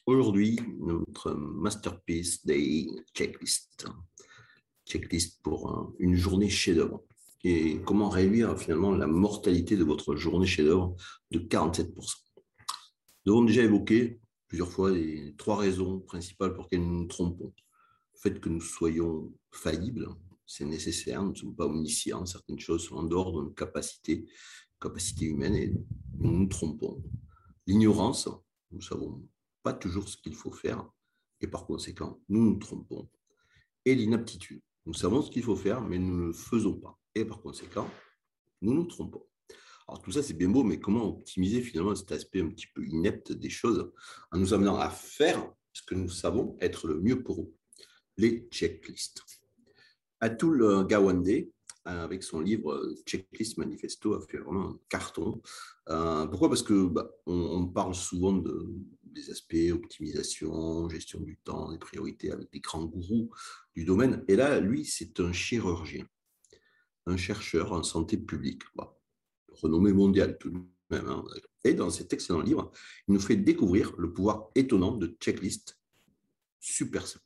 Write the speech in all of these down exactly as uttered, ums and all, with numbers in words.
Aujourd'hui, notre Masterpiece Day Checklist. Checklist pour un- une journée chef-d'œuvre. Et comment réduire finalement la mortalité de votre journée chef-d'œuvre de quarante-sept pour cent. Nous avons déjà évoqué plusieurs fois les trois raisons principales pour lesquelles nous nous trompons. Le fait que nous soyons faillibles, c'est nécessaire, nous ne sommes pas omniscients, certaines choses sont en dehors de nos capacités, capacités humaines, et nous nous trompons. L'ignorance, nous ne savons pas toujours ce qu'il faut faire, et par conséquent, nous nous trompons. Et l'inaptitude, nous savons ce qu'il faut faire, mais nous ne le faisons pas, et par conséquent, nous nous trompons. Alors tout ça, c'est bien beau, mais comment optimiser finalement cet aspect un petit peu inepte des choses en nous amenant à faire ce que nous savons être le mieux pour nous? Les checklists. Atul Gawande, avec son livre Checklist Manifesto, a fait vraiment un carton. Euh, pourquoi? Parce que bah, on, on parle souvent de, des aspects optimisation, gestion du temps, des priorités avec des grands gourous du domaine. Et là, lui, c'est un chirurgien, un chercheur en santé publique, bah, renommée mondiale tout de même. Hein. Et dans cet excellent livre, il nous fait découvrir le pouvoir étonnant de checklist super simple.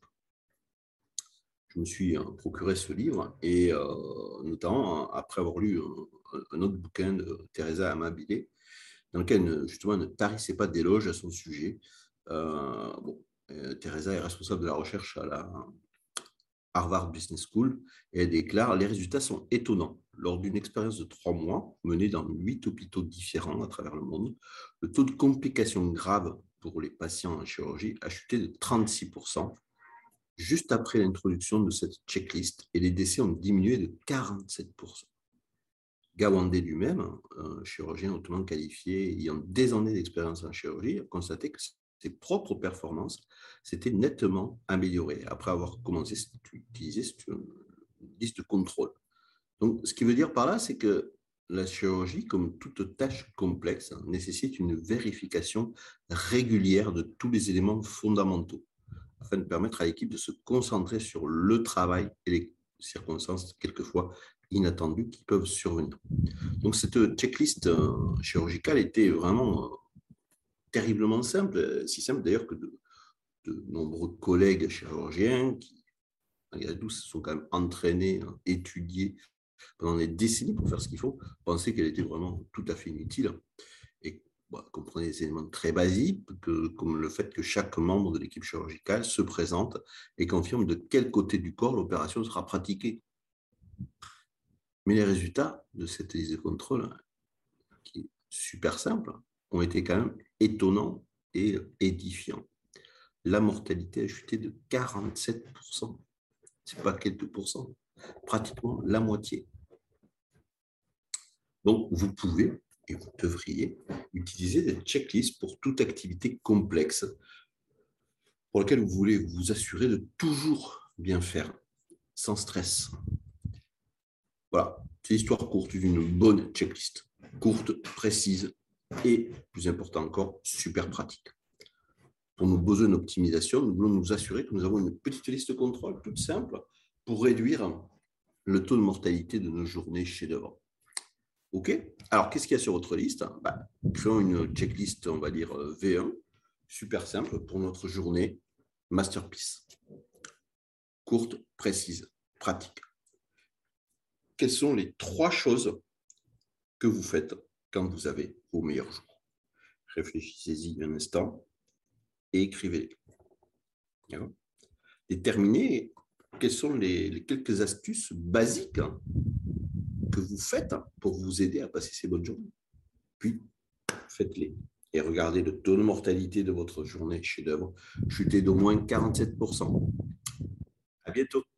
Je me suis procuré ce livre et euh, notamment après avoir lu un, un autre bouquin de Teresa Amabile dans lequel justement elle ne tarissait pas d'éloges à son sujet. Euh, bon, euh, Teresa est responsable de la recherche à la Harvard Business School et elle déclare: les résultats sont étonnants. Lors d'une expérience de trois mois menée dans huit hôpitaux différents à travers le monde, le taux de complications graves pour les patients en chirurgie a chuté de trente-six pour cent juste après l'introduction de cette checklist, et les décès ont diminué de quarante-sept pour cent. Gawande lui-même, un chirurgien hautement qualifié ayant des années d'expérience en chirurgie, a constaté que ses propres performances s'étaient nettement améliorées après avoir commencé à utiliser cette liste de contrôle. Donc, ce qui veut dire par là, c'est que la chirurgie, comme toute tâche complexe, nécessite une vérification régulière de tous les éléments fondamentaux, afin de permettre à l'équipe de se concentrer sur le travail et les circonstances quelquefois inattendues qui peuvent survenir. Donc cette checklist chirurgicale était vraiment terriblement simple, si simple d'ailleurs que de, de nombreux collègues chirurgiens qui, malgré tout, se sont quand même entraînés, étudiés pendant des décennies pour faire ce qu'il faut, pensaient qu'elle était vraiment tout à fait inutile. Et bah, comprenez des éléments très basiques, que, comme le fait que chaque membre de l'équipe chirurgicale se présente et confirme de quel côté du corps l'opération sera pratiquée. Mais les résultats de cette liste de contrôle, qui est super simple, ont été quand même étonnants et édifiants. La mortalité a chuté de quarante-sept pour cent. Ce n'est pas quelques pourcents, pratiquement la moitié. Donc, vous pouvez et vous devriez utiliser des checklists pour toute activité complexe pour laquelle vous voulez vous assurer de toujours bien faire, sans stress. Voilà, c'est l'histoire courte d'une bonne checklist. Courte, précise et, plus important encore, super pratique. Pour nos besoins d'optimisation, nous voulons nous assurer que nous avons une petite liste de contrôle toute simple pour réduire le taux de mortalité de nos journées chef-d'œuvre. OK. Alors, qu'est-ce qu'il y a sur votre liste? Bah, créons une checklist, on va dire V un, super simple pour notre journée Masterpiece. Courte, précise, pratique. Quelles sont les trois choses que vous faites quand vous avez vos meilleurs jours? Réfléchissez-y un instant et écrivez-les. Déterminez quelles sont les, les quelques astuces basiques que vous faites pour vous aider à passer ces bonnes journées. Puis, faites-les. Et regardez le taux de mortalité de votre journée chef-d'œuvre chuter d'au moins quarante-sept pour cent. À bientôt.